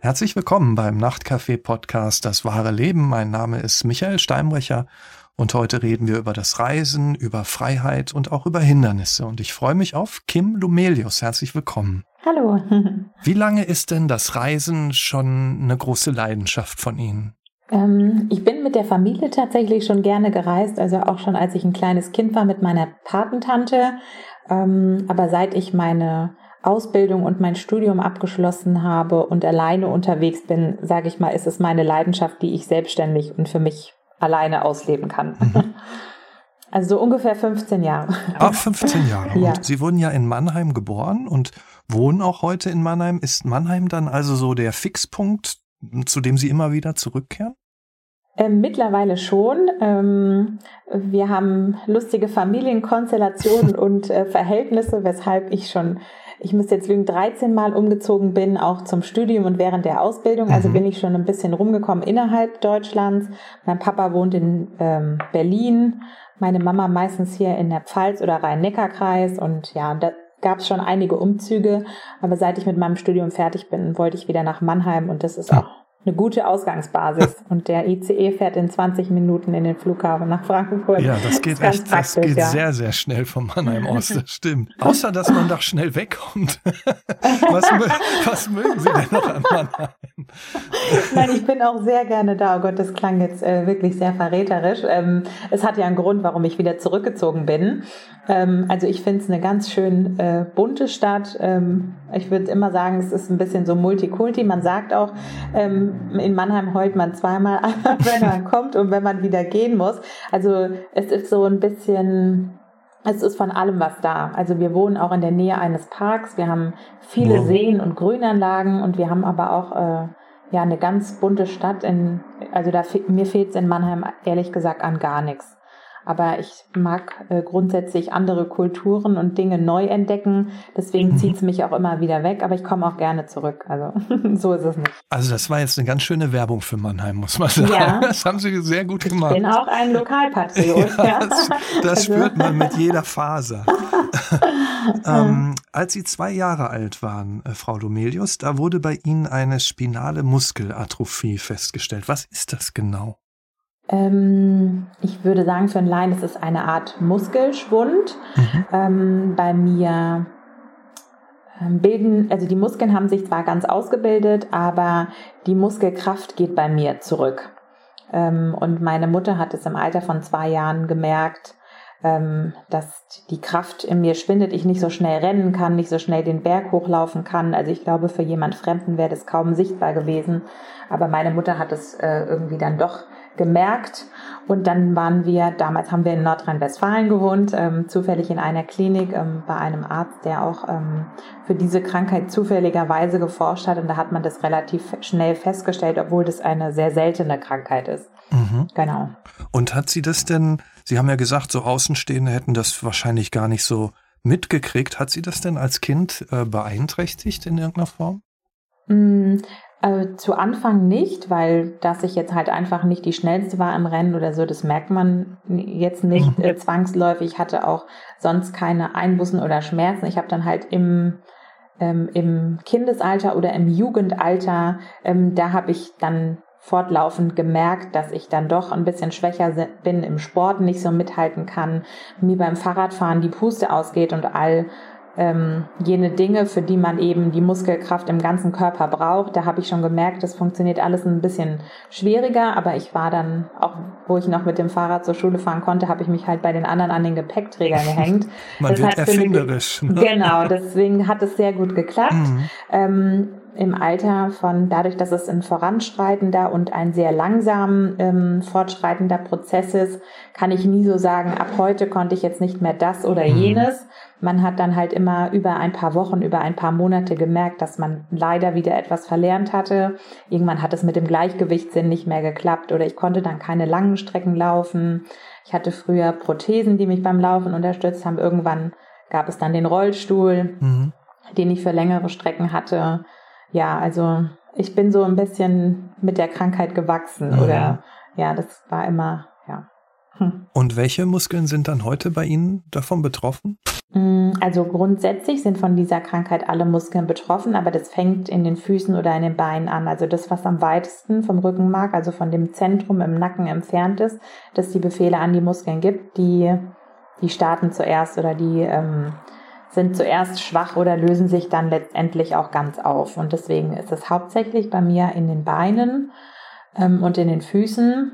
Herzlich willkommen beim Nachtcafé-Podcast Das wahre Leben. Mein Name ist Michael Steinbrecher und heute reden wir über das Reisen, über Freiheit und auch über Hindernisse. Und ich freue mich auf Kim Lumelius. Herzlich willkommen. Hallo. Wie lange ist denn das Reisen schon eine große Leidenschaft von Ihnen? Ich bin mit der Familie tatsächlich schon gerne gereist, also auch schon als ich ein kleines Kind war mit meiner Patentante. Aber seit ich meine Ausbildung und mein Studium abgeschlossen habe und alleine unterwegs bin, sage ich mal, ist es meine Leidenschaft, die ich selbstständig und für mich alleine ausleben kann. Mhm. Also so ungefähr 15 Jahre. Ach, 15 Jahre. Ja. Und Sie wurden ja in Mannheim geboren und wohnen auch heute in Mannheim. Ist Mannheim dann also so der Fixpunkt, zu dem Sie immer wieder zurückkehren? Mittlerweile schon. Wir haben lustige Familienkonstellationen und Verhältnisse, weshalb ich müsste jetzt lügen, 13 Mal umgezogen bin, auch zum Studium und während der Ausbildung. Also bin ich schon ein bisschen rumgekommen innerhalb Deutschlands. Mein Papa wohnt in Berlin, meine Mama meistens hier in der Pfalz oder Rhein-Neckar-Kreis. Und ja, da gab es schon einige Umzüge. Aber seit ich mit meinem Studium fertig bin, wollte ich wieder nach Mannheim und das ist auch eine gute Ausgangsbasis. Und der ICE fährt in 20 Minuten in den Flughafen nach Frankfurt. Ja, das geht echt, das geht sehr, sehr schnell von Mannheim aus, das stimmt. Außer, dass man doch schnell wegkommt. Was mögen Sie denn noch an Mannheim? Nein, ich bin auch sehr gerne da. Oh Gott, das klang jetzt wirklich sehr verräterisch. Es hat ja einen Grund, warum ich wieder zurückgezogen bin. Also ich finde es eine ganz schön bunte Stadt. Ich würde immer sagen, es ist ein bisschen so Multikulti. Man sagt auch, in Mannheim heult man zweimal, wenn man kommt und wenn man wieder gehen muss. Also es ist so ein bisschen, es ist von allem was da. Also wir wohnen auch in der Nähe eines Parks. Wir haben viele Seen und Grünanlagen und wir haben aber auch eine ganz bunte Stadt. Mir fehlt es in Mannheim ehrlich gesagt an gar nichts. Aber ich mag grundsätzlich andere Kulturen und Dinge neu entdecken. Deswegen zieht es mich auch immer wieder weg. Aber ich komme auch gerne zurück. Also so ist es nicht. Also das war jetzt eine ganz schöne Werbung für Mannheim, muss man sagen. Ja, das haben Sie sehr gut gemacht. Ich bin auch ein Lokalpatriot. Ja, das spürt man mit jeder Faser. Als Sie 2 Jahre alt waren, Frau Lumelius, da wurde bei Ihnen eine spinale Muskelatrophie festgestellt. Was ist das genau? Ich würde sagen, für einen Laien ist es eine Art Muskelschwund. Bei mir die Muskeln haben sich zwar ganz ausgebildet, aber die Muskelkraft geht bei mir zurück. Und meine Mutter hat es im Alter von 2 Jahren gemerkt, dass die Kraft in mir schwindet, ich nicht so schnell rennen kann, nicht so schnell den Berg hochlaufen kann. Also ich glaube, für jemand Fremden wäre das kaum sichtbar gewesen. Aber meine Mutter hat es irgendwie dann doch gemerkt. Und dann damals haben wir in Nordrhein-Westfalen gewohnt, zufällig in einer Klinik bei einem Arzt, der auch für diese Krankheit zufälligerweise geforscht hat. Und da hat man das relativ schnell festgestellt, obwohl das eine sehr seltene Krankheit ist. Genau. Und hat sie das denn, Sie haben ja gesagt, so Außenstehende hätten das wahrscheinlich gar nicht so mitgekriegt. Hat sie das denn als Kind beeinträchtigt in irgendeiner Form? Zu Anfang nicht, weil dass ich jetzt halt einfach nicht die Schnellste war im Rennen oder so, das merkt man jetzt nicht zwangsläufig. Ich hatte auch sonst keine Einbußen oder Schmerzen. Ich habe dann halt im Kindesalter oder im Jugendalter, da habe ich dann fortlaufend gemerkt, dass ich dann doch ein bisschen schwächer bin im Sport, nicht so mithalten kann, mir beim Fahrradfahren die Puste ausgeht und all jene Dinge, für die man eben die Muskelkraft im ganzen Körper braucht. Da habe ich schon gemerkt, das funktioniert alles ein bisschen schwieriger, aber ich war dann, auch wo ich noch mit dem Fahrrad zur Schule fahren konnte, habe ich mich halt bei den anderen an den Gepäckträger gehängt. Man wird erfinderisch. Genau, deswegen hat es sehr gut geklappt. Im Alter dadurch, dass es ein voranschreitender und ein sehr langsam fortschreitender Prozess ist, kann ich nie so sagen, ab heute konnte ich jetzt nicht mehr das oder jenes. Man hat dann halt immer über ein paar Wochen, über ein paar Monate gemerkt, dass man leider wieder etwas verlernt hatte. Irgendwann hat es mit dem Gleichgewichtssinn nicht mehr geklappt oder ich konnte dann keine langen Strecken laufen. Ich hatte früher Prothesen, die mich beim Laufen unterstützt haben. Irgendwann gab es dann den Rollstuhl, den ich für längere Strecken hatte. Ja, also ich bin so ein bisschen mit der Krankheit gewachsen oder das war immer, Und welche Muskeln sind dann heute bei Ihnen davon betroffen? Also grundsätzlich sind von dieser Krankheit alle Muskeln betroffen, aber das fängt in den Füßen oder in den Beinen an. Also das, was am weitesten vom Rückenmark, also von dem Zentrum im Nacken entfernt ist, dass die Befehle an die Muskeln gibt, die starten zuerst oder die sind zuerst schwach oder lösen sich dann letztendlich auch ganz auf. Und deswegen ist es hauptsächlich bei mir in den Beinen und in den Füßen.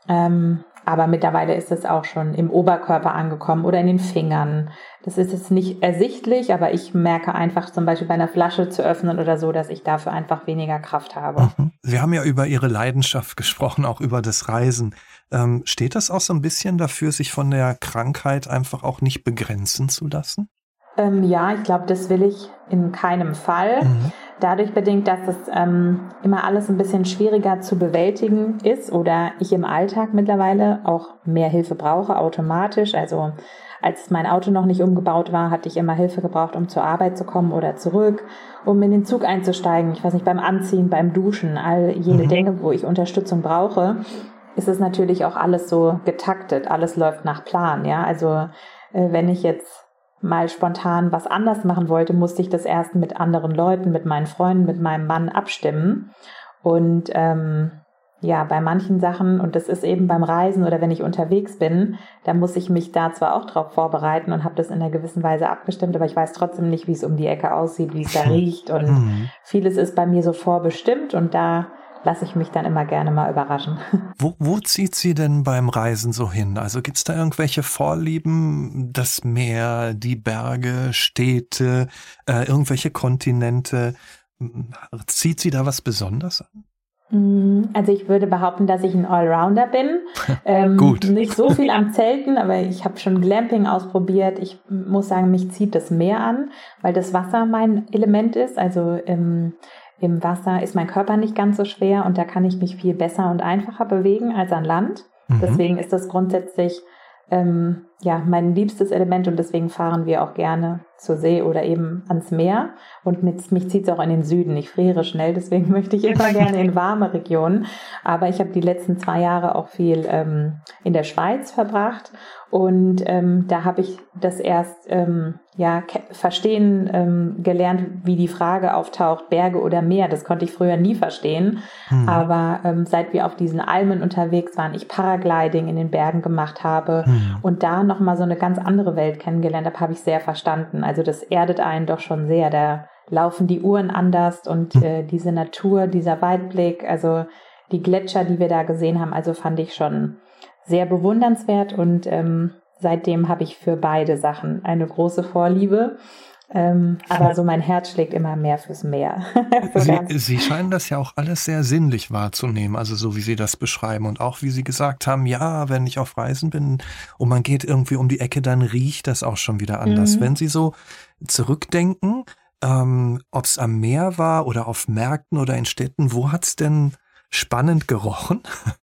Aber mittlerweile ist es auch schon im Oberkörper angekommen oder in den Fingern. Das ist jetzt nicht ersichtlich, aber ich merke einfach zum Beispiel bei einer Flasche zu öffnen oder so, dass ich dafür einfach weniger Kraft habe. Sie haben ja über Ihre Leidenschaft gesprochen, auch über das Reisen. Steht das auch so ein bisschen dafür, sich von der Krankheit einfach auch nicht begrenzen zu lassen? Ja, ich glaube, das will ich in keinem Fall. Dadurch bedingt, dass es immer alles ein bisschen schwieriger zu bewältigen ist oder ich im Alltag mittlerweile auch mehr Hilfe brauche, automatisch. Also als mein Auto noch nicht umgebaut war, hatte ich immer Hilfe gebraucht, um zur Arbeit zu kommen oder zurück, um in den Zug einzusteigen. Ich weiß nicht, beim Anziehen, beim Duschen, all jene Dinge, wo ich Unterstützung brauche, ist es natürlich auch alles so getaktet. Alles läuft nach Plan. Ja, also wenn ich jetzt mal spontan was anders machen wollte, musste ich das erst mit anderen Leuten, mit meinen Freunden, mit meinem Mann abstimmen. Und bei manchen Sachen, und das ist eben beim Reisen oder wenn ich unterwegs bin, da muss ich mich da zwar auch drauf vorbereiten und habe das in einer gewissen Weise abgestimmt, aber ich weiß trotzdem nicht, wie es um die Ecke aussieht, wie es da riecht. Und vieles ist bei mir so vorbestimmt und da lasse ich mich dann immer gerne mal überraschen. Wo zieht Sie denn beim Reisen so hin? Also gibt es da irgendwelche Vorlieben? Das Meer, die Berge, Städte, irgendwelche Kontinente? Zieht Sie da was besonders an? Also ich würde behaupten, dass ich ein Allrounder bin. Gut. Nicht so viel am Zelten, aber ich habe schon Glamping ausprobiert. Ich muss sagen, mich zieht das Meer an, weil das Wasser mein Element ist. Also im Wasser ist mein Körper nicht ganz so schwer und da kann ich mich viel besser und einfacher bewegen als an Land. Deswegen ist das grundsätzlich mein liebstes Element und deswegen fahren wir auch gerne zur See oder eben ans Meer. Und mich zieht es auch in den Süden. Ich friere schnell, deswegen möchte ich immer gerne in warme Regionen. Aber ich habe die letzten 2 Jahre auch viel in der Schweiz verbracht und da habe ich das erst verstehen gelernt, wie die Frage auftaucht, Berge oder Meer. Das konnte ich früher nie verstehen. Aber seit wir auf diesen Almen unterwegs waren, ich Paragliding in den Bergen gemacht habe und da nochmal so eine ganz andere Welt kennengelernt habe, habe ich sehr verstanden. Also das erdet einen doch schon sehr. Da laufen die Uhren anders und diese Natur, dieser Weitblick, also die Gletscher, die wir da gesehen haben, also fand ich schon sehr bewundernswert und seitdem habe ich für beide Sachen eine große Vorliebe. Aber so mein Herz schlägt immer mehr fürs Meer. Sie scheinen das ja auch alles sehr sinnlich wahrzunehmen, also so wie Sie das beschreiben und auch wie Sie gesagt haben, ja, wenn ich auf Reisen bin und man geht irgendwie um die Ecke, dann riecht das auch schon wieder anders. Wenn Sie so zurückdenken, ob es am Meer war oder auf Märkten oder in Städten, wo hat's denn spannend gerochen?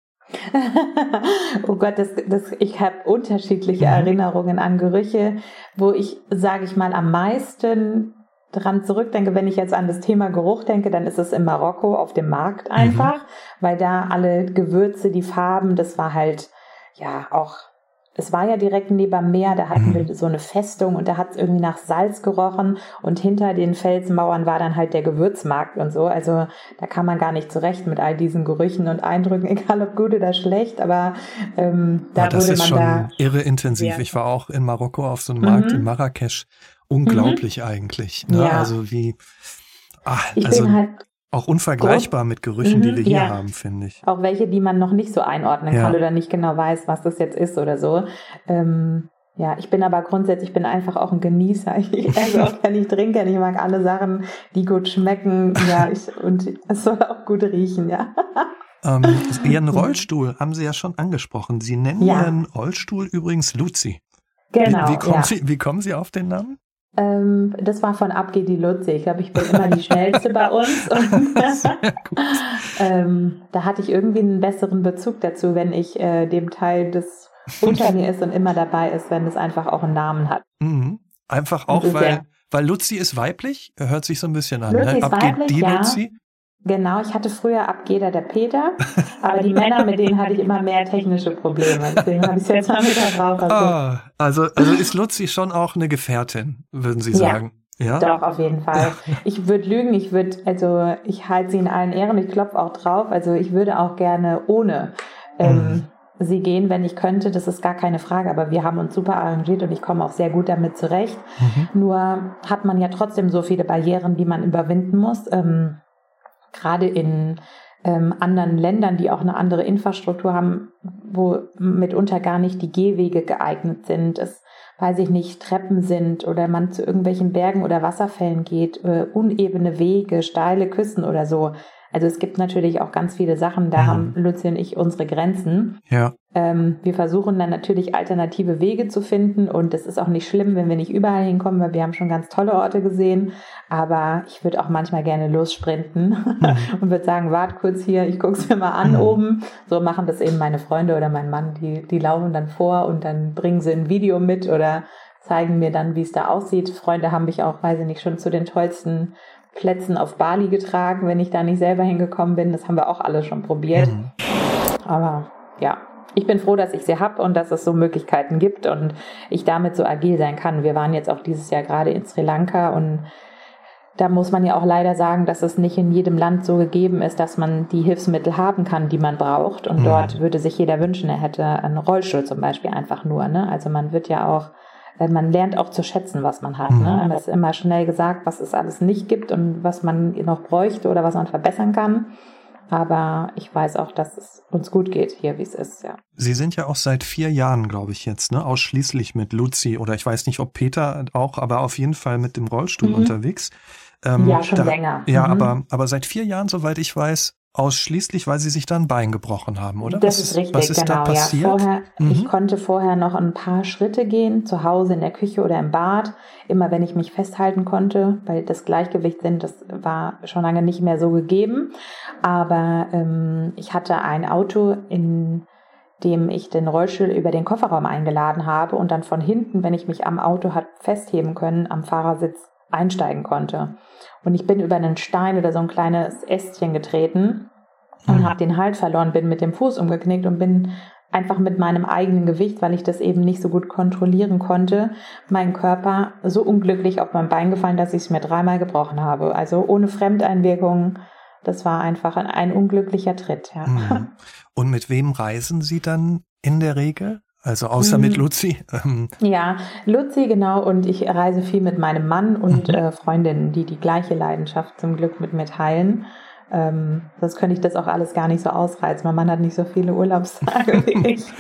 Oh Gott, ich habe unterschiedliche Erinnerungen an Gerüche, wo ich, sage ich mal, am meisten dran zurückdenke. Wenn ich jetzt an das Thema Geruch denke, dann ist es in Marokko auf dem Markt einfach, weil da alle Gewürze, die Farben, das war halt es war ja direkt neben dem Meer, da hatten wir so eine Festung und da hat es irgendwie nach Salz gerochen und hinter den Felsmauern war dann halt der Gewürzmarkt und so. Also da kann man gar nicht zurecht mit all diesen Gerüchen und Eindrücken, egal ob gut oder schlecht, aber das ist schon irre intensiv. Ja. Ich war auch in Marokko auf so einem Markt in Marrakesch. Unglaublich eigentlich. Ne? Ja. Also bin halt auch unvergleichbar mit Gerüchen, die wir hier haben, finde ich. Auch welche, die man noch nicht so einordnen kann oder nicht genau weiß, was das jetzt ist oder so. Ich bin aber grundsätzlich, einfach auch ein Genießer. Also auch wenn ich trinke, ich mag alle Sachen, die gut schmecken. Und es soll auch gut riechen, ja. Ihren Rollstuhl haben Sie ja schon angesprochen. Sie nennen Ihren Rollstuhl übrigens Luzi. Genau. Wie kommen Sie auf den Namen? Das war von Ab geht die Luzi. Ich glaube, ich bin immer die Schnellste bei uns. Und da hatte ich irgendwie einen besseren Bezug dazu, wenn ich dem Teil des unter mir ist und immer dabei ist, wenn es einfach auch einen Namen hat. Einfach auch, weil Luzi ist weiblich, hört sich so ein bisschen an. Luzi ist Ab weiblich, geht die Luzi? Genau, ich hatte früher Abgeder der Peter, aber die Männer, mit denen hatte ich immer mehr technische Probleme. Deswegen habe ich es jetzt mal wieder drauf. Also ist Luzi schon auch eine Gefährtin, würden Sie sagen? Ja, doch, auf jeden Fall. Ich würde lügen, ich halte sie in allen Ehren, ich klopfe auch drauf. Also ich würde auch gerne ohne sie gehen, wenn ich könnte, das ist gar keine Frage. Aber wir haben uns super arrangiert und ich komme auch sehr gut damit zurecht. Nur hat man ja trotzdem so viele Barrieren, die man überwinden muss. Gerade in anderen Ländern, die auch eine andere Infrastruktur haben, wo mitunter gar nicht die Gehwege geeignet sind, es, weiß ich nicht, Treppen sind oder man zu irgendwelchen Bergen oder Wasserfällen geht, unebene Wege, steile Küsten oder so. Also es gibt natürlich auch ganz viele Sachen, da haben Luzi und ich unsere Grenzen. Ja. Wir versuchen dann natürlich alternative Wege zu finden und es ist auch nicht schlimm, wenn wir nicht überall hinkommen, weil wir haben schon ganz tolle Orte gesehen, aber ich würde auch manchmal gerne lossprinten und würde sagen, wart kurz hier, ich gucke es mir mal an oben. So machen das eben meine Freunde oder mein Mann, die laufen dann vor und dann bringen sie ein Video mit oder zeigen mir dann, wie es da aussieht. Freunde haben mich auch, weiß ich nicht, schon zu den tollsten Plätzen auf Bali getragen, wenn ich da nicht selber hingekommen bin. Das haben wir auch alle schon probiert. Aber ja, ich bin froh, dass ich sie habe und dass es so Möglichkeiten gibt und ich damit so agil sein kann. Wir waren jetzt auch dieses Jahr gerade in Sri Lanka und da muss man ja auch leider sagen, dass es nicht in jedem Land so gegeben ist, dass man die Hilfsmittel haben kann, die man braucht. Und dort würde sich jeder wünschen, er hätte einen Rollstuhl zum Beispiel einfach nur. Ne? Also man wird ja auch, man lernt auch zu schätzen, was man hat. Ne? Es ist immer schnell gesagt, was es alles nicht gibt und was man noch bräuchte oder was man verbessern kann. Aber ich weiß auch, dass es uns gut geht hier, wie es ist. Ja. Sie sind ja auch seit 4 Jahren, glaube ich jetzt, ne, ausschließlich mit Luzi oder ich weiß nicht, ob Peter auch, aber auf jeden Fall mit dem Rollstuhl unterwegs. Ja, schon länger. Ja, aber seit 4 Jahren, soweit ich weiß, ausschließlich, weil Sie sich dann ein Bein gebrochen haben, oder? Das ist richtig, was ist genau. da passiert? Ja, ich konnte vorher noch ein paar Schritte gehen, zu Hause in der Küche oder im Bad, immer wenn ich mich festhalten konnte, weil das Gleichgewichtssinn, das war schon lange nicht mehr so gegeben. Aber ich hatte ein Auto, in dem ich den Rollstuhl über den Kofferraum eingeladen habe und dann von hinten, wenn ich mich am Auto hat festheben können, am Fahrersitz einsteigen konnte. Und ich bin über einen Stein oder so ein kleines Ästchen getreten und habe den Halt verloren, bin mit dem Fuß umgeknickt und bin einfach mit meinem eigenen Gewicht, weil ich das eben nicht so gut kontrollieren konnte, meinen Körper so unglücklich auf mein Bein gefallen, dass ich es mir 3-mal gebrochen habe. Also ohne Fremdeinwirkung, das war einfach ein unglücklicher Tritt. Ja. Und mit wem reisen Sie dann in der Regel? Also außer mit Luzi? Ja, Luzi, genau. Und ich reise viel mit meinem Mann und Freundinnen, die die gleiche Leidenschaft zum Glück mit mir teilen. Sonst könnte ich das auch alles gar nicht so ausreizen. Mein Mann hat nicht so viele Urlaubstage wie ich.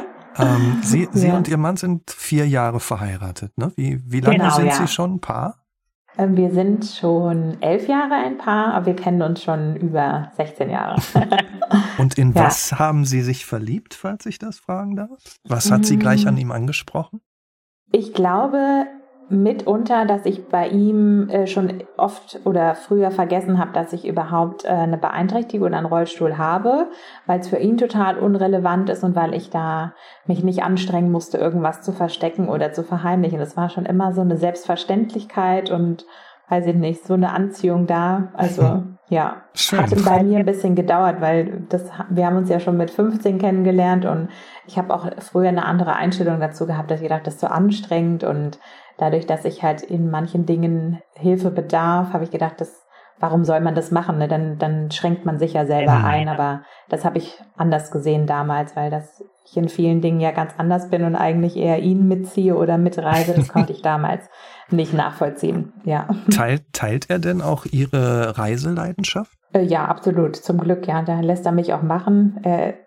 Sie und Ihr Mann sind 4 Jahre verheiratet, ne? Wie lange sind Sie schon ein Paar? Wir sind schon 11 Jahre ein Paar, aber wir kennen uns schon über 16 Jahre. Und in was haben Sie sich verliebt, falls ich das fragen darf? Was hat Sie gleich an ihm angesprochen? Ich glaube mitunter, dass ich bei ihm schon oft oder früher vergessen habe, dass ich überhaupt eine Beeinträchtigung oder einen Rollstuhl habe, weil es für ihn total unrelevant ist und weil ich da mich nicht anstrengen musste, irgendwas zu verstecken oder zu verheimlichen. Das war schon immer so eine Selbstverständlichkeit und, weiß ich nicht, so eine Anziehung da. Also ja, schön. Hat bei mir ein bisschen gedauert, weil wir haben uns ja schon mit 15 kennengelernt und ich habe auch früher eine andere Einstellung dazu gehabt, dass ich dachte, das ist so anstrengend und dadurch, dass ich halt in manchen Dingen Hilfe bedarf, habe ich gedacht, warum soll man das machen? Ne? Dann schränkt man sich ja selber ein. Aber das habe ich anders gesehen damals, weil ich in vielen Dingen ja ganz anders bin und eigentlich eher ihn mitziehe oder mitreise. Das konnte ich damals nicht nachvollziehen. Ja. Teilt er denn auch Ihre Reiseleidenschaft? Ja, absolut. Zum Glück, ja. Da lässt er mich auch machen.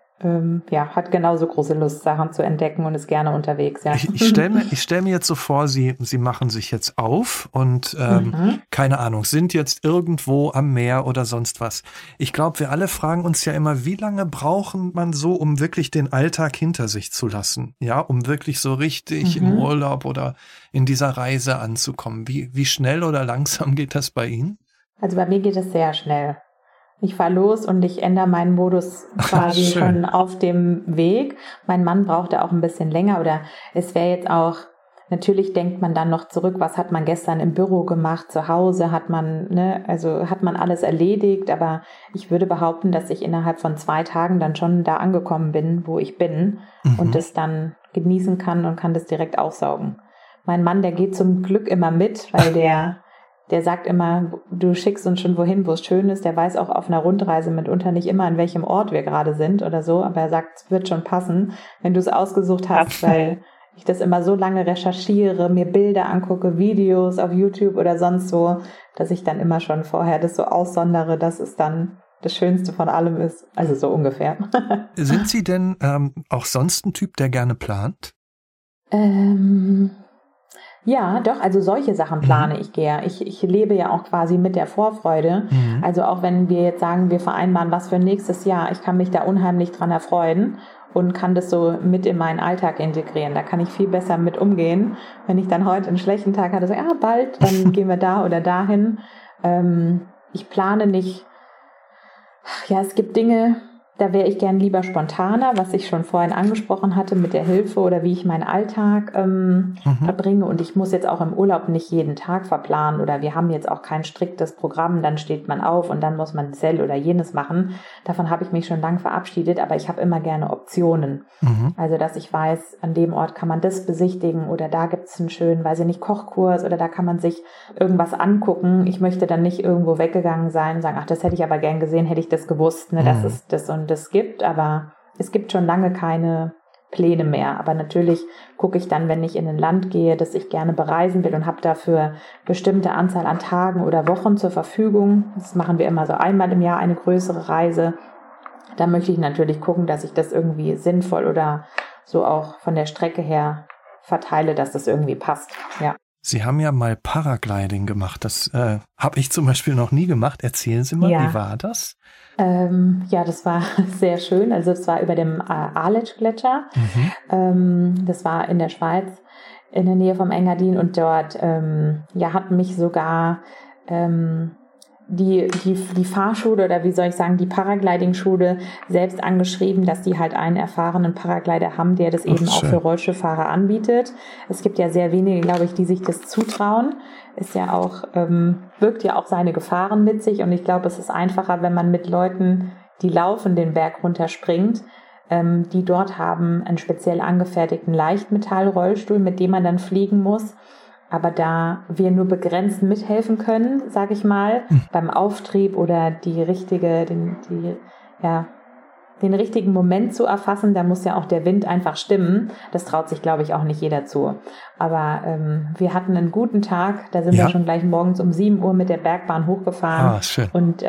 Hat genauso große Lust, Sachen zu entdecken und ist gerne unterwegs. Ja. Ich stell mir jetzt so vor, Sie machen sich jetzt auf und keine Ahnung, sind jetzt irgendwo am Meer oder sonst was. Ich glaube, wir alle fragen uns ja immer, wie lange braucht man so, um wirklich den Alltag hinter sich zu lassen? Ja, um wirklich so richtig im Urlaub oder in dieser Reise anzukommen. Wie schnell oder langsam geht das bei Ihnen? Also bei mir geht es sehr schnell. Ich fahre los und ich ändere meinen Modus quasi schon auf dem Weg. Mein Mann brauchte auch ein bisschen länger oder es wäre jetzt auch, natürlich denkt man dann noch zurück, was hat man gestern im Büro gemacht, zu Hause hat man, hat man alles erledigt, aber ich würde behaupten, dass ich innerhalb von 2 Tagen dann schon da angekommen bin, wo ich bin und das dann genießen kann und kann das direkt aufsaugen. Mein Mann, der geht zum Glück immer mit, weil der sagt immer, du schickst uns schon wohin, wo es schön ist. Der weiß auch auf einer Rundreise mitunter nicht immer, an welchem Ort wir gerade sind oder so, aber er sagt, es wird schon passen, wenn du es ausgesucht hast, weil ich das immer so lange recherchiere, mir Bilder angucke, Videos auf YouTube oder sonst wo, dass ich dann immer schon vorher das so aussondere, dass es dann das Schönste von allem ist. Also so ungefähr. Sind Sie denn auch sonst ein Typ, der gerne plant? Ja, doch, also solche Sachen plane ich gerne. Ich lebe ja auch quasi mit der Vorfreude. Also auch wenn wir jetzt sagen, wir vereinbaren was für nächstes Jahr, ich kann mich da unheimlich dran erfreuen und kann das so mit in meinen Alltag integrieren. Da kann ich viel besser mit umgehen. Wenn ich dann heute einen schlechten Tag hatte, so, ja, bald, dann gehen wir da oder dahin. Ich plane nicht. Ja, es gibt Dinge, da wäre ich gern lieber spontaner, was ich schon vorhin angesprochen hatte mit der Hilfe oder wie ich meinen Alltag verbringe. Und ich muss jetzt auch im Urlaub nicht jeden Tag verplanen oder wir haben jetzt auch kein striktes Programm, dann steht man auf und dann muss man das oder jenes machen. Davon habe ich mich schon lange verabschiedet, aber ich habe immer gerne Optionen. Also, dass ich weiß, an dem Ort kann man das besichtigen oder da gibt es einen schönen, weiß ich nicht, Kochkurs oder da kann man sich irgendwas angucken. Ich möchte dann nicht irgendwo weggegangen sein und sagen, ach, das hätte ich aber gern gesehen, hätte ich das gewusst, ne, dass es das und das gibt, aber es gibt schon lange keine Pläne mehr. Aber natürlich gucke ich dann, wenn ich in ein Land gehe, das ich gerne bereisen will und habe dafür bestimmte Anzahl an Tagen oder Wochen zur Verfügung. Das machen wir immer so einmal im Jahr eine größere Reise. Da möchte ich natürlich gucken, dass ich das irgendwie sinnvoll oder so auch von der Strecke her verteile, dass das irgendwie passt. Ja. Sie haben ja mal Paragliding gemacht. Das habe ich zum Beispiel noch nie gemacht. Erzählen Sie mal, wie war das? Ja, das war sehr schön. Also es war über dem Aletsch-Gletscher. Das war in der Schweiz, in der Nähe vom Engadin. Und dort hat mich sogar die Fahrschule oder wie soll ich sagen, die Paragliding-Schule selbst angeschrieben, dass die halt einen erfahrenen Paraglider haben, der das eben auch für Rollstuhlfahrer anbietet. Es gibt ja sehr wenige, glaube ich, die sich das zutrauen. Ist ja auch, birgt ja auch seine Gefahren mit sich und ich glaube, es ist einfacher, wenn man mit Leuten, die laufen, den Berg runterspringt, die dort haben einen speziell angefertigten Leichtmetallrollstuhl, mit dem man dann fliegen muss. Aber da wir nur begrenzt mithelfen können, sage ich mal, beim Auftrieb oder den richtigen Moment zu erfassen, da muss ja auch der Wind einfach stimmen. Das traut sich, glaube ich, auch nicht jeder zu. Aber wir hatten einen guten Tag. Da sind wir schon gleich morgens um 7 Uhr mit der Bergbahn hochgefahren. Schön. Und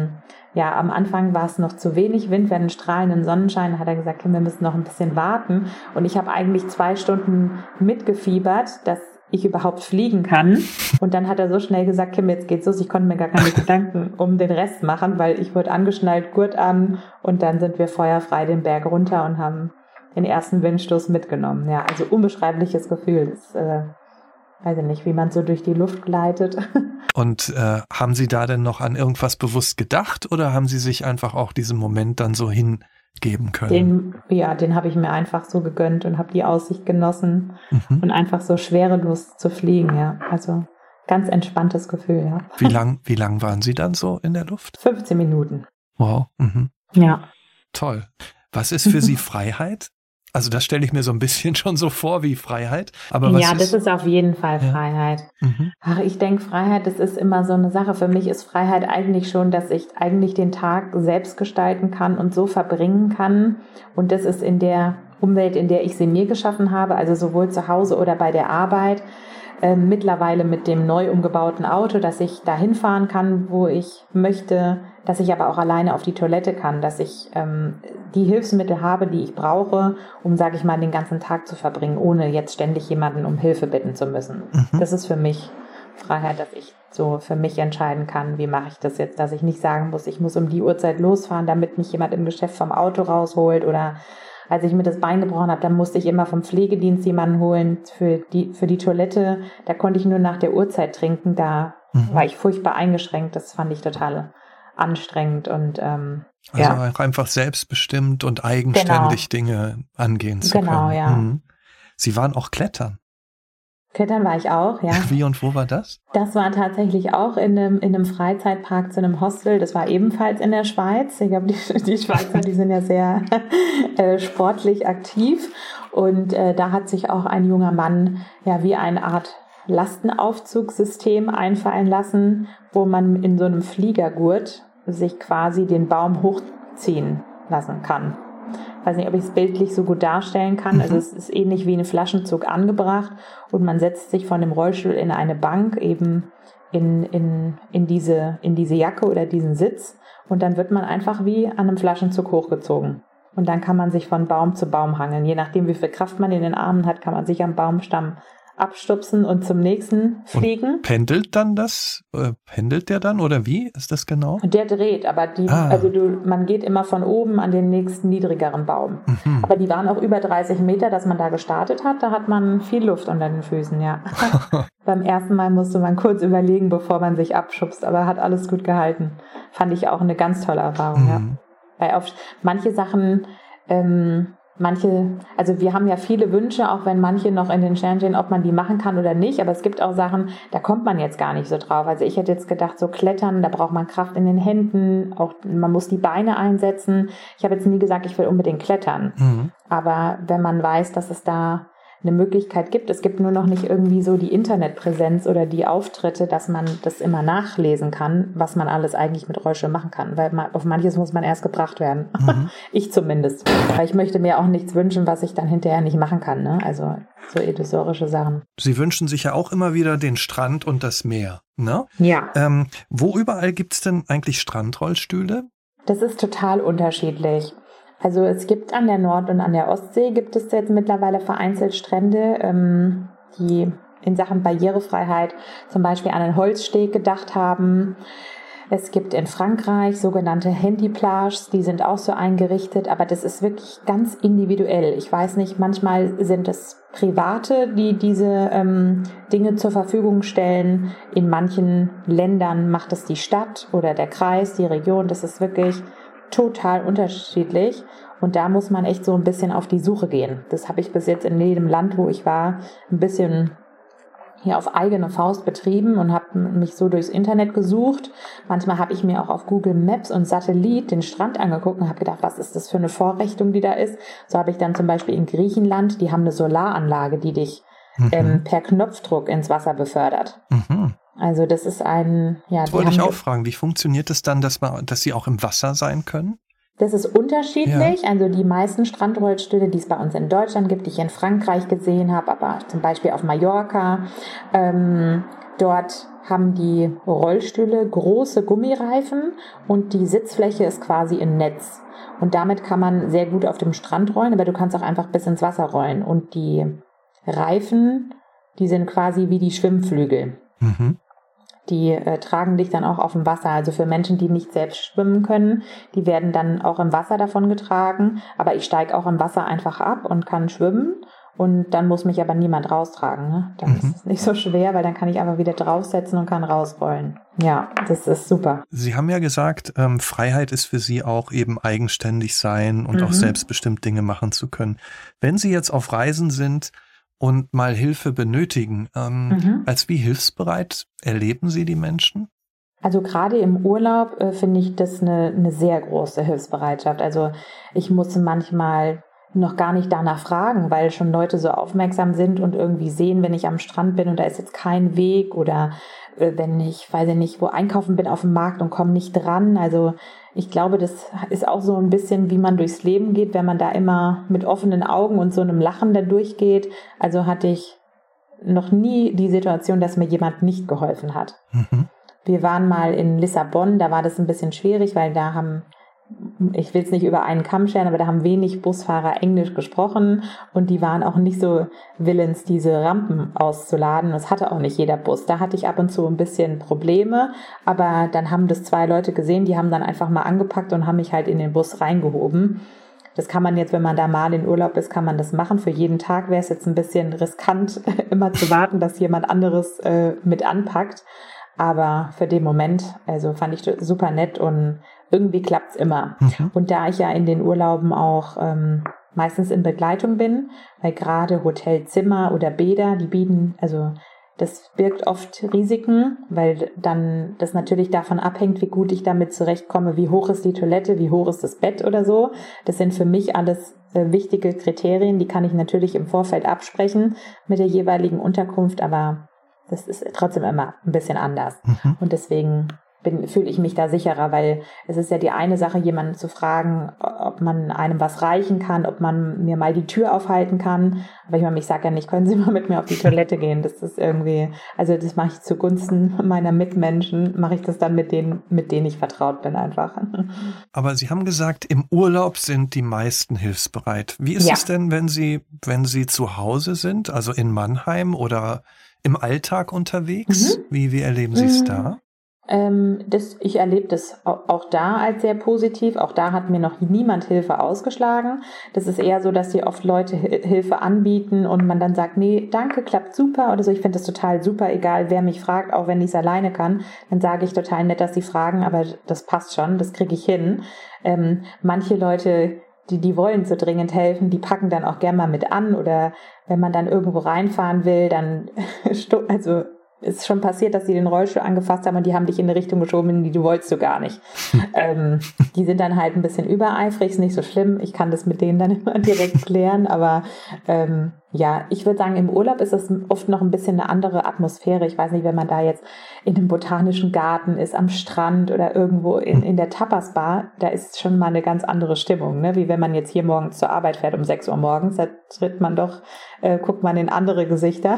am Anfang war es noch zu wenig Wind. Wir hatten strahlenden Sonnenschein. Da hat er gesagt, wir müssen noch ein bisschen warten. Und ich habe eigentlich 2 Stunden mitgefiebert, dass ich überhaupt fliegen kann. Und dann hat er so schnell gesagt, Kim, jetzt geht's los. Ich konnte mir gar keine Gedanken um den Rest machen, weil ich wurde angeschnallt, Gurt an und dann sind wir feuerfrei den Berg runter und haben den ersten Windstoß mitgenommen. Ja, also unbeschreibliches Gefühl. Das, weiß ich nicht, wie man so durch die Luft gleitet. Und haben Sie da denn noch an irgendwas bewusst gedacht oder haben Sie sich einfach auch diesen Moment dann so hingeben können? Den habe ich mir einfach so gegönnt und habe die Aussicht genossen und einfach so schwerelos zu fliegen, ja. Also ganz entspanntes Gefühl, ja. Wie lang waren Sie dann so in der Luft? 15 Minuten. Wow. Ja. Toll. Was ist für Sie Freiheit? Also das stelle ich mir so ein bisschen schon so vor wie Freiheit. Aber das ist auf jeden Fall Freiheit. Ach, ich denke, Freiheit, das ist immer so eine Sache. Für mich ist Freiheit eigentlich schon, dass ich eigentlich den Tag selbst gestalten kann und so verbringen kann. Und das ist in der Umwelt, in der ich sie mir geschaffen habe, also sowohl zu Hause oder bei der Arbeit. Mittlerweile mit dem neu umgebauten Auto, dass ich dahin fahren kann, wo ich möchte, dass ich aber auch alleine auf die Toilette kann, dass ich die Hilfsmittel habe, die ich brauche, um, sage ich mal, den ganzen Tag zu verbringen, ohne jetzt ständig jemanden um Hilfe bitten zu müssen. Das ist für mich Freiheit, dass ich so für mich entscheiden kann, wie mache ich das jetzt, dass ich nicht sagen muss, ich muss um die Uhrzeit losfahren, damit mich jemand im Geschäft vom Auto rausholt oder als ich mir das Bein gebrochen habe, dann musste ich immer vom Pflegedienst jemanden holen für die Toilette. Da konnte ich nur nach der Uhrzeit trinken. Da war ich furchtbar eingeschränkt. Das fand ich total anstrengend. Und auch einfach selbstbestimmt und eigenständig Dinge angehen zu können. Genau, ja. Sie waren auch klettern. Klettern war ich auch, ja. Wie und wo war das? Das war tatsächlich auch in einem Freizeitpark zu einem Hostel. Das war ebenfalls in der Schweiz. Ich glaube, die Schweizer, die sind ja sehr sportlich aktiv. Und da hat sich auch ein junger Mann ja wie eine Art Lastenaufzugssystem einfallen lassen, wo man in so einem Fliegergurt sich quasi den Baum hochziehen lassen kann. Ich weiß nicht, ob ich es bildlich so gut darstellen kann. Also es ist ähnlich wie ein Flaschenzug angebracht und man setzt sich von dem Rollstuhl in eine Bank, eben in diese Jacke oder diesen Sitz, und dann wird man einfach wie an einem Flaschenzug hochgezogen. Und dann kann man sich von Baum zu Baum hangeln. Je nachdem, wie viel Kraft man in den Armen hat, kann man sich am Baumstamm abstupsen und zum nächsten fliegen. Und pendelt der dann oder wie ist das genau? Der dreht, aber man geht immer von oben an den nächsten niedrigeren Baum. Aber die waren auch über 30 Meter, dass man da gestartet hat. Da hat man viel Luft unter den Füßen, ja. Beim ersten Mal musste man kurz überlegen, bevor man sich abschubst, aber hat alles gut gehalten. Fand ich auch eine ganz tolle Erfahrung, ja. Weil auf manche Sachen, also wir haben ja viele Wünsche, auch wenn manche noch in den Sternen stehen, ob man die machen kann oder nicht, aber es gibt auch Sachen, da kommt man jetzt gar nicht so drauf. Also ich hätte jetzt gedacht, so Klettern, da braucht man Kraft in den Händen, auch man muss die Beine einsetzen. Ich habe jetzt nie gesagt, ich will unbedingt klettern, aber wenn man weiß, dass es da eine Möglichkeit gibt, es gibt nur noch nicht irgendwie so die Internetpräsenz oder die Auftritte, dass man das immer nachlesen kann, was man alles eigentlich mit Rollstuhl machen kann, weil auf manches muss man erst gebracht werden. Ich zumindest. Weil ich möchte mir auch nichts wünschen, was ich dann hinterher nicht machen kann, ne? Also so illusorische Sachen. Sie wünschen sich ja auch immer wieder den Strand und das Meer, ne? Ja. Wo überall gibt's denn eigentlich Strandrollstühle? Das ist total unterschiedlich. Also es gibt an der Nord- und an der Ostsee gibt es jetzt mittlerweile vereinzelt Strände, die in Sachen Barrierefreiheit zum Beispiel an einen Holzsteg gedacht haben. Es gibt in Frankreich sogenannte Handyplages, die sind auch so eingerichtet, aber das ist wirklich ganz individuell. Ich weiß nicht, manchmal sind es Private, die diese Dinge zur Verfügung stellen. In manchen Ländern macht es die Stadt oder der Kreis, die Region. Das ist wirklich total unterschiedlich und da muss man echt so ein bisschen auf die Suche gehen. Das habe ich bis jetzt in jedem Land, wo ich war, ein bisschen hier auf eigene Faust betrieben und habe mich so durchs Internet gesucht. Manchmal habe ich mir auch auf Google Maps und Satellit den Strand angeguckt und habe gedacht, was ist das für eine Vorrichtung, die da ist. So habe ich dann zum Beispiel in Griechenland, die haben eine Solaranlage, die dich per Knopfdruck ins Wasser befördert. Also das ist das wollte ich auch fragen, wie funktioniert es dann, dass sie auch im Wasser sein können? Das ist unterschiedlich. Ja. Also die meisten Strandrollstühle, die es bei uns in Deutschland gibt, die ich in Frankreich gesehen habe, aber zum Beispiel auf Mallorca, dort haben die Rollstühle große Gummireifen und die Sitzfläche ist quasi ein Netz. Und damit kann man sehr gut auf dem Strand rollen, aber du kannst auch einfach bis ins Wasser rollen. Und die Reifen, die sind quasi wie die Schwimmflügel. Die tragen dich dann auch auf dem Wasser. Also für Menschen, die nicht selbst schwimmen können, die werden dann auch im Wasser davon getragen. Aber ich steige auch im Wasser einfach ab und kann schwimmen. Und dann muss mich aber niemand raustragen. Ne? Dann ist es nicht so schwer, weil dann kann ich einfach wieder draufsetzen und kann rausrollen. Ja, das ist super. Sie haben ja gesagt, Freiheit ist für Sie auch eben eigenständig sein und auch selbstbestimmt Dinge machen zu können. Wenn Sie jetzt auf Reisen sind und mal Hilfe benötigen, als wie hilfsbereit erleben Sie die Menschen? Also gerade im Urlaub finde ich das eine sehr große Hilfsbereitschaft. Also ich muss manchmal noch gar nicht danach fragen, weil schon Leute so aufmerksam sind und irgendwie sehen, wenn ich am Strand bin und da ist jetzt kein Weg oder wenn ich, weiß ich nicht, wo einkaufen bin auf dem Markt und komme nicht dran. Also ich glaube, das ist auch so ein bisschen, wie man durchs Leben geht, wenn man da immer mit offenen Augen und so einem Lachen da durchgeht. Also hatte ich noch nie die Situation, dass mir jemand nicht geholfen hat. Wir waren mal in Lissabon, da war das ein bisschen schwierig, weil da ich will es nicht über einen Kamm scheren, aber da haben wenig Busfahrer Englisch gesprochen und die waren auch nicht so willens, diese Rampen auszuladen. Das hatte auch nicht jeder Bus. Da hatte ich ab und zu ein bisschen Probleme, aber dann haben das 2 Leute gesehen, die haben dann einfach mal angepackt und haben mich halt in den Bus reingehoben. Das kann man jetzt, wenn man da mal in Urlaub ist, kann man das machen. Für jeden Tag wäre es jetzt ein bisschen riskant, immer zu warten, dass jemand anderes mit anpackt. Aber für den Moment, also fand ich super nett und irgendwie klappt's immer. Und da ich ja in den Urlauben auch meistens in Begleitung bin, weil gerade Hotelzimmer oder Bäder, die bieten, also das birgt oft Risiken, weil dann das natürlich davon abhängt, wie gut ich damit zurechtkomme, wie hoch ist die Toilette, wie hoch ist das Bett oder so. Das sind für mich alles wichtige Kriterien, die kann ich natürlich im Vorfeld absprechen mit der jeweiligen Unterkunft, aber das ist trotzdem immer ein bisschen anders. Und deswegen fühle ich mich da sicherer, weil es ist ja die eine Sache, jemanden zu fragen, ob man einem was reichen kann, ob man mir mal die Tür aufhalten kann. Aber ich sage ja nicht, können Sie mal mit mir auf die Toilette gehen? Das ist irgendwie, also das mache ich zugunsten meiner Mitmenschen, mache ich das dann mit denen ich vertraut bin einfach. Aber Sie haben gesagt, im Urlaub sind die meisten hilfsbereit. Wie ist es denn, wenn Sie zu Hause sind, also in Mannheim oder im Alltag unterwegs? Wie erleben Sie es da? Ich erlebe das auch da als sehr positiv. Auch da hat mir noch niemand Hilfe ausgeschlagen. Das ist eher so, dass die oft Leute Hilfe anbieten und man dann sagt, nee, danke, klappt super oder so. Ich finde das total super, egal wer mich fragt, auch wenn ich es alleine kann. Dann sage ich total nett, dass sie fragen, aber das passt schon, das kriege ich hin. Manche Leute, die wollen so dringend helfen, die packen dann auch gerne mal mit an oder wenn man dann irgendwo reinfahren will, dann ist schon passiert, dass sie den Rollstuhl angefasst haben und die haben dich in eine Richtung geschoben, in die du wolltest du gar nicht. Die sind dann halt ein bisschen übereifrig, ist nicht so schlimm. Ich kann das mit denen dann immer direkt klären, aber ich würde sagen, im Urlaub ist es oft noch ein bisschen eine andere Atmosphäre. Ich weiß nicht, wenn man da jetzt in einem botanischen Garten ist, am Strand oder irgendwo in der Tapas-Bar, da ist schon mal eine ganz andere Stimmung, ne? Wie wenn man jetzt hier morgens zur Arbeit fährt um 6 Uhr morgens, da guckt man in andere Gesichter.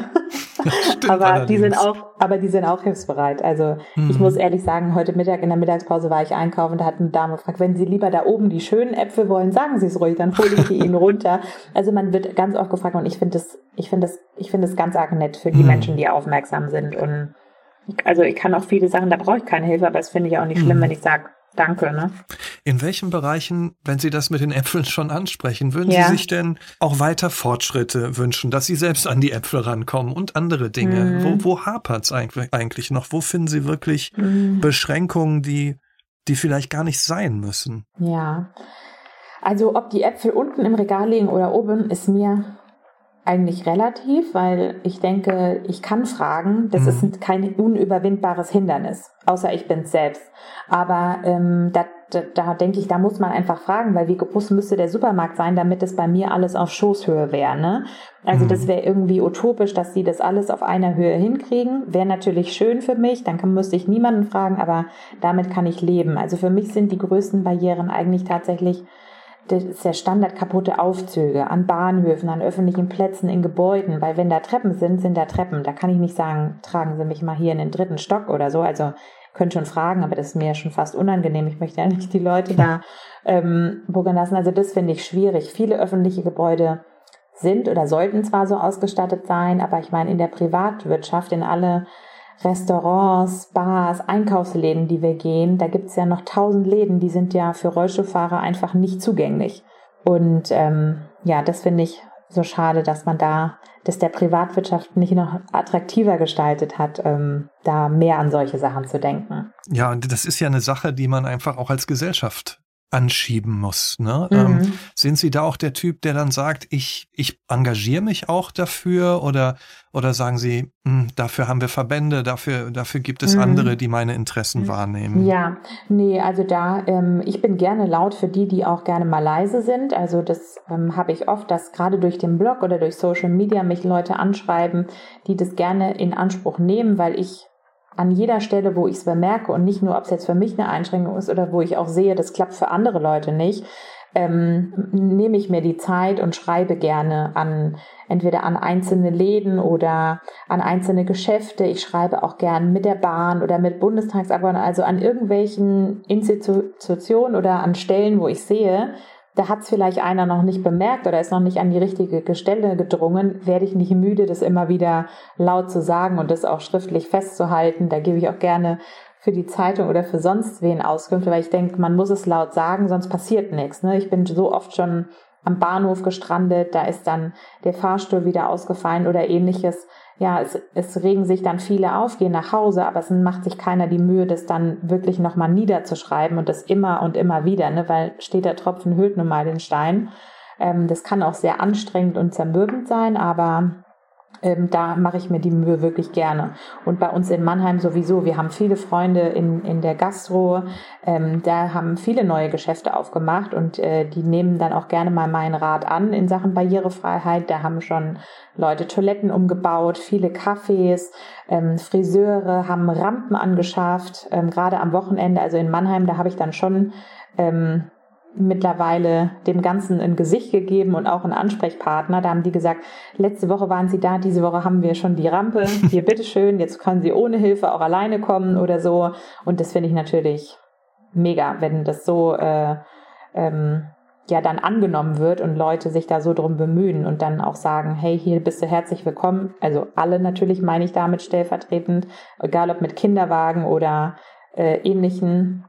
Aber die sind auch hilfsbereit. Also ich muss ehrlich sagen, heute Mittag in der Mittagspause war ich einkaufen, da hat eine Dame gefragt, wenn Sie lieber da oben die schönen Äpfel wollen, sagen Sie es ruhig, dann hole ich die Ihnen runter. Also man wird ganz oft gefragt und ich finde das ganz arg nett für die Menschen, die aufmerksam sind. Und ich kann auch viele Sachen, da brauche ich keine Hilfe, aber das finde ich auch nicht schlimm, wenn ich sage, danke, ne? In welchen Bereichen, wenn Sie das mit den Äpfeln schon ansprechen, würden Sie sich denn auch weiter Fortschritte wünschen, dass Sie selbst an die Äpfel rankommen und andere Dinge? Wo hapert's eigentlich noch? Wo finden Sie wirklich Beschränkungen, die vielleicht gar nicht sein müssen? Ja, also ob die Äpfel unten im Regal liegen oder oben, ist mir eigentlich relativ, weil ich denke, ich kann fragen, das ist kein unüberwindbares Hindernis, außer ich bin's selbst. Aber da denke ich, da muss man einfach fragen, weil wie groß müsste der Supermarkt sein, damit es bei mir alles auf Schoßhöhe wäre, ne? Also das wäre irgendwie utopisch, dass sie das alles auf einer Höhe hinkriegen. Wäre natürlich schön für mich, dann müsste ich niemanden fragen, aber damit kann ich leben. Also für mich sind die größten Barrieren eigentlich tatsächlich das ist der Standard kaputte Aufzüge an Bahnhöfen, an öffentlichen Plätzen, in Gebäuden, weil wenn da Treppen sind da Treppen. Da kann ich nicht sagen, tragen Sie mich mal hier in den 3. Stock oder so. Also können schon fragen, aber das ist mir schon fast unangenehm. Ich möchte ja nicht die Leute da buggern lassen. Also das finde ich schwierig. Viele öffentliche Gebäude sind oder sollten zwar so ausgestattet sein, aber ich meine in der Privatwirtschaft, in alle Restaurants, Bars, Einkaufsläden, die wir gehen, da gibt es ja noch 1000 Läden, die sind ja für Rollstuhlfahrer einfach nicht zugänglich. Und das finde ich so schade, dass der Privatwirtschaft nicht noch attraktiver gestaltet hat, da mehr an solche Sachen zu denken. Ja, und das ist ja eine Sache, die man einfach auch als Gesellschaft anschieben muss, ne? Sind Sie da auch der Typ, der dann sagt, ich engagiere mich auch dafür oder sagen Sie, dafür haben wir Verbände, dafür gibt es andere, die meine Interessen wahrnehmen? Ja, nee, also ich bin gerne laut für die auch gerne mal leise sind. Also das habe ich oft, dass gerade durch den Blog oder durch Social Media mich Leute anschreiben, die das gerne in Anspruch nehmen, weil ich an jeder Stelle, wo ich es bemerke und nicht nur, ob es jetzt für mich eine Einschränkung ist oder wo ich auch sehe, das klappt für andere Leute nicht, nehme ich mir die Zeit und schreibe gerne entweder an einzelne Läden oder an einzelne Geschäfte. Ich schreibe auch gern mit der Bahn oder mit Bundestagsabgeordneten, also an irgendwelchen Institutionen oder an Stellen, wo ich sehe, da hat es vielleicht einer noch nicht bemerkt oder ist noch nicht an die richtige Stelle gedrungen, werde ich nicht müde, das immer wieder laut zu sagen und das auch schriftlich festzuhalten. Da gebe ich auch gerne für die Zeitung oder für sonst wen Auskünfte, weil ich denke, man muss es laut sagen, sonst passiert nichts. Ne? Ich bin so oft schon am Bahnhof gestrandet, da ist dann der Fahrstuhl wieder ausgefallen oder ähnliches. Ja, es regen sich dann viele auf, gehen nach Hause, aber es macht sich keiner die Mühe, das dann wirklich nochmal niederzuschreiben und das immer und immer wieder, ne? Weil steht der Tropfen hüllt nun mal den Stein. Das kann auch sehr anstrengend und zermürbend sein, aber da mache ich mir die Mühe wirklich gerne. Und bei uns in Mannheim sowieso, wir haben viele Freunde in der Gastro, da haben viele neue Geschäfte aufgemacht und die nehmen dann auch gerne mal meinen Rat an in Sachen Barrierefreiheit. Da haben schon Leute Toiletten umgebaut, viele Cafés, Friseure haben Rampen angeschafft, gerade am Wochenende, also in Mannheim, da habe ich dann schon mittlerweile dem Ganzen ein Gesicht gegeben und auch einen Ansprechpartner. Da haben die gesagt, letzte Woche waren sie da, diese Woche haben wir schon die Rampe. Hier, bitteschön, jetzt können sie ohne Hilfe auch alleine kommen oder so. Und das finde ich natürlich mega, wenn das so dann angenommen wird und Leute sich da so drum bemühen und dann auch sagen, hey, hier bist du herzlich willkommen. Also alle natürlich meine ich damit stellvertretend, egal ob mit Kinderwagen oder ähnlichen,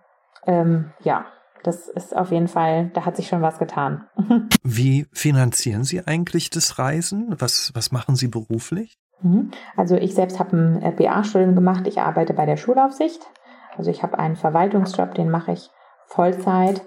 das ist auf jeden Fall, da hat sich schon was getan. Wie finanzieren Sie eigentlich das Reisen? Was machen Sie beruflich? Also ich selbst habe ein BA-Studium gemacht. Ich arbeite bei der Schulaufsicht. Also ich habe einen Verwaltungsjob, den mache ich Vollzeit.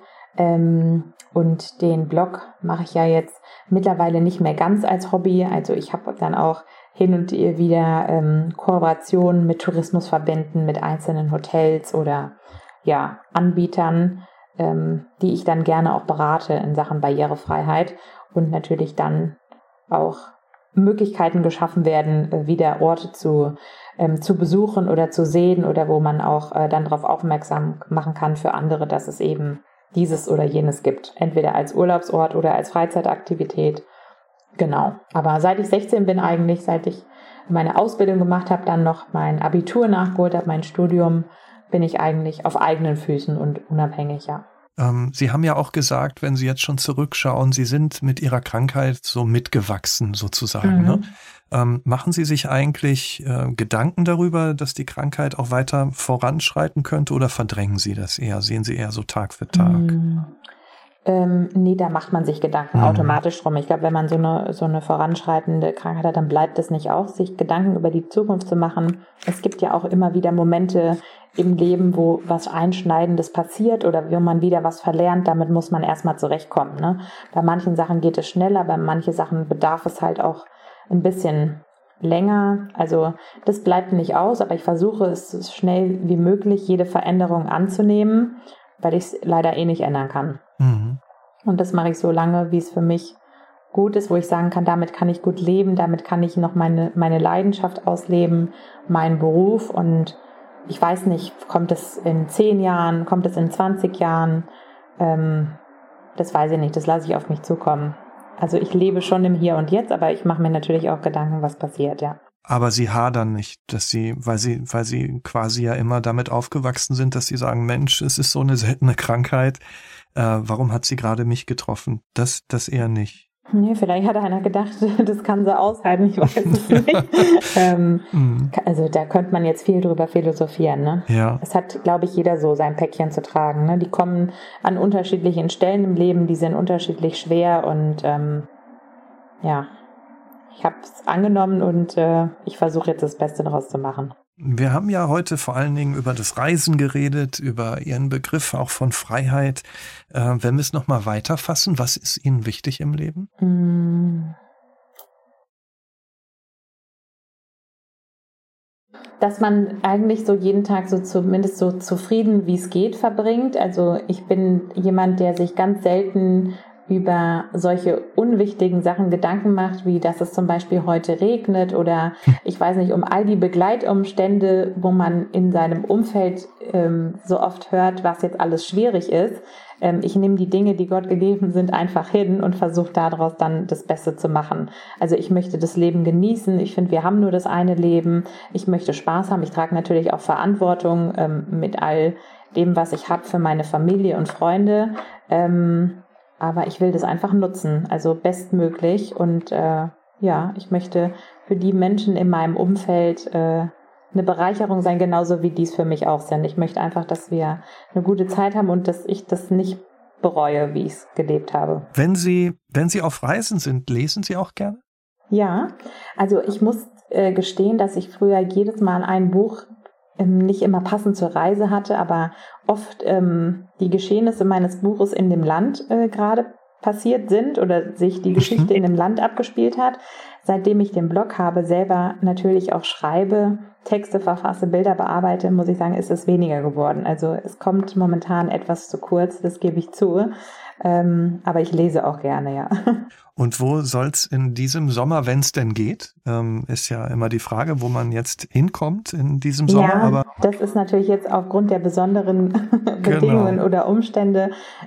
Und den Blog mache ich ja jetzt mittlerweile nicht mehr ganz als Hobby. Also ich habe dann auch hin und wieder Kooperationen mit Tourismusverbänden, mit einzelnen Hotels oder Anbietern, die ich dann gerne auch berate in Sachen Barrierefreiheit und natürlich dann auch Möglichkeiten geschaffen werden, wieder Orte zu besuchen oder zu sehen oder wo man auch dann darauf aufmerksam machen kann für andere, dass es eben dieses oder jenes gibt. Entweder als Urlaubsort oder als Freizeitaktivität. Genau. Aber seit ich 16 bin eigentlich, seit ich meine Ausbildung gemacht habe, dann noch mein Abitur nachgeholt habe, mein Studium, bin ich eigentlich auf eigenen Füßen und unabhängig, ja. Sie haben ja auch gesagt, wenn Sie jetzt schon zurückschauen, Sie sind mit Ihrer Krankheit so mitgewachsen sozusagen. Ne? Machen Sie sich eigentlich Gedanken darüber, dass die Krankheit auch weiter voranschreiten könnte oder verdrängen Sie das eher? Sehen Sie eher so Tag für Tag? Nee, da macht man sich Gedanken automatisch drum. Ich glaube, wenn man so eine voranschreitende Krankheit hat, dann bleibt es nicht aus, sich Gedanken über die Zukunft zu machen. Es gibt ja auch immer wieder Momente im Leben, wo was Einschneidendes passiert oder wo man wieder was verlernt. Damit muss man erstmal zurechtkommen. Ne? Bei manchen Sachen geht es schneller, bei manchen Sachen bedarf es halt auch ein bisschen länger. Also das bleibt nicht aus, aber ich versuche es so schnell wie möglich, jede Veränderung anzunehmen, weil ich es leider nicht ändern kann. Und das mache ich so lange, wie es für mich gut ist, wo ich sagen kann, damit kann ich gut leben, damit kann ich noch meine Leidenschaft ausleben, meinen Beruf. Und ich weiß nicht, kommt es in 10 Jahren, kommt es in 20 Jahren? Das weiß ich nicht, das lasse ich auf mich zukommen. Also ich lebe schon im Hier und Jetzt, aber ich mache mir natürlich auch Gedanken, was passiert, ja. Aber Sie hadern nicht, weil Sie quasi ja immer damit aufgewachsen sind, dass Sie sagen, Mensch, es ist so eine seltene Krankheit. Warum hat sie gerade mich getroffen? Das eher nicht. Nee, vielleicht hat einer gedacht, das kann sie aushalten, ich weiß es nicht. Also da könnte man jetzt viel drüber philosophieren. Ne? Ja. Es hat, glaube ich, jeder so sein Päckchen zu tragen. Ne? Die kommen an unterschiedlichen Stellen im Leben, die sind unterschiedlich schwer und ich habe es angenommen und ich versuche jetzt das Beste daraus zu machen. Wir haben ja heute vor allen Dingen über das Reisen geredet, über Ihren Begriff auch von Freiheit. Wenn wir es nochmal weiterfassen, was ist Ihnen wichtig im Leben? Dass man eigentlich so jeden Tag so zumindest so zufrieden, wie es geht, verbringt. Also ich bin jemand, der sich ganz selten über solche unwichtigen Sachen Gedanken macht, wie dass es zum Beispiel heute regnet oder ich weiß nicht, um all die Begleitumstände, wo man in seinem Umfeld so oft hört, was jetzt alles schwierig ist. Ich nehme die Dinge, die Gott gegeben sind, einfach hin und versuche daraus dann das Beste zu machen. Also ich möchte das Leben genießen. Ich finde, wir haben nur das eine Leben. Ich möchte Spaß haben. Ich trage natürlich auch Verantwortung mit all dem, was ich habe für meine Familie und Freunde. Aber ich will das einfach nutzen, also bestmöglich. Und ich möchte für die Menschen in meinem Umfeld eine Bereicherung sein, genauso wie dies für mich auch sind. Ich möchte einfach, dass wir eine gute Zeit haben und dass ich das nicht bereue, wie ich es gelebt habe. Wenn Sie auf Reisen sind, lesen Sie auch gerne? Ja, also ich muss gestehen, dass ich früher jedes Mal ein Buch nicht immer passend zur Reise hatte, aber oft die Geschehnisse meines Buches in dem Land gerade passiert sind oder sich die Geschichte in einem Land abgespielt hat. Seitdem ich den Blog habe, selber natürlich auch schreibe, Texte verfasse, Bilder bearbeite, muss ich sagen, ist es weniger geworden. Also es kommt momentan etwas zu kurz, das gebe ich zu. Aber ich lese auch gerne, ja. Und wo soll's in diesem Sommer, wenn es denn geht, ist ja immer die Frage, wo man jetzt hinkommt in diesem Sommer. Ja, aber das ist natürlich jetzt aufgrund der besonderen Bedingungen oder Umstände,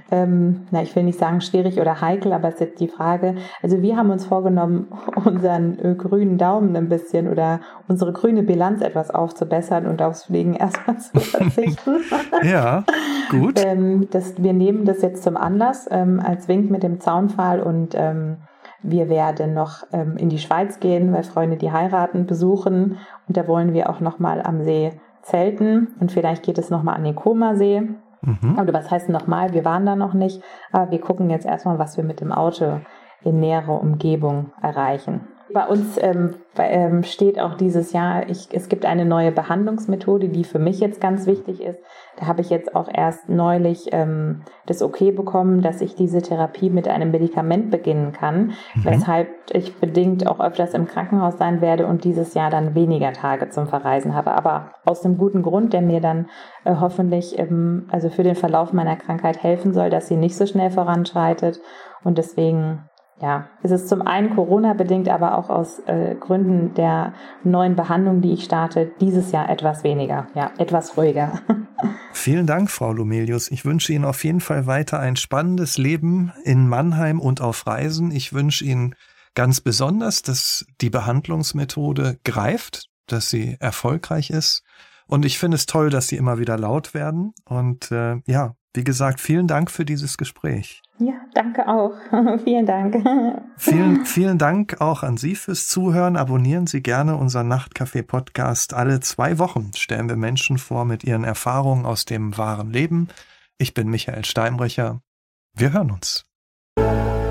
ich will nicht sagen schwierig oder heikel, aber es ist jetzt die Frage, also wir haben uns vorgenommen, unseren grünen Daumen ein bisschen oder unsere grüne Bilanz etwas aufzubessern und aufs Fliegen erstmal zu verzichten. Ja, gut. Wir nehmen das jetzt zum Anlass, als Wink mit dem Zaunpfahl und wir werden noch in die Schweiz gehen, weil Freunde, die heiraten, besuchen. Und da wollen wir auch nochmal am See zelten. Und vielleicht geht es nochmal an den Comer-See. Oder was heißt nochmal? Wir waren da noch nicht. Aber wir gucken jetzt erstmal, was wir mit dem Auto in näherer Umgebung erreichen. Bei uns steht auch dieses Jahr, es gibt eine neue Behandlungsmethode, die für mich jetzt ganz wichtig ist. Da habe ich jetzt auch erst neulich das Okay bekommen, dass ich diese Therapie mit einem Medikament beginnen kann, weshalb ich bedingt auch öfters im Krankenhaus sein werde und dieses Jahr dann weniger Tage zum Verreisen habe. Aber aus einem guten Grund, der mir dann hoffentlich also für den Verlauf meiner Krankheit helfen soll, dass sie nicht so schnell voranschreitet. Und deswegen es ist zum einen Corona-bedingt, aber auch aus Gründen der neuen Behandlung, die ich starte, dieses Jahr etwas weniger, etwas ruhiger. Vielen Dank, Frau Lomelius. Ich wünsche Ihnen auf jeden Fall weiter ein spannendes Leben in Mannheim und auf Reisen. Ich wünsche Ihnen ganz besonders, dass die Behandlungsmethode greift, dass sie erfolgreich ist. Und ich finde es toll, dass Sie immer wieder laut werden. Und wie gesagt, vielen Dank für dieses Gespräch. Ja, danke auch. Vielen Dank. Vielen Dank auch an Sie fürs Zuhören. Abonnieren Sie gerne unseren Nachtcafé-Podcast. Alle 2 Wochen stellen wir Menschen vor mit ihren Erfahrungen aus dem wahren Leben. Ich bin Michael Steinbrecher. Wir hören uns.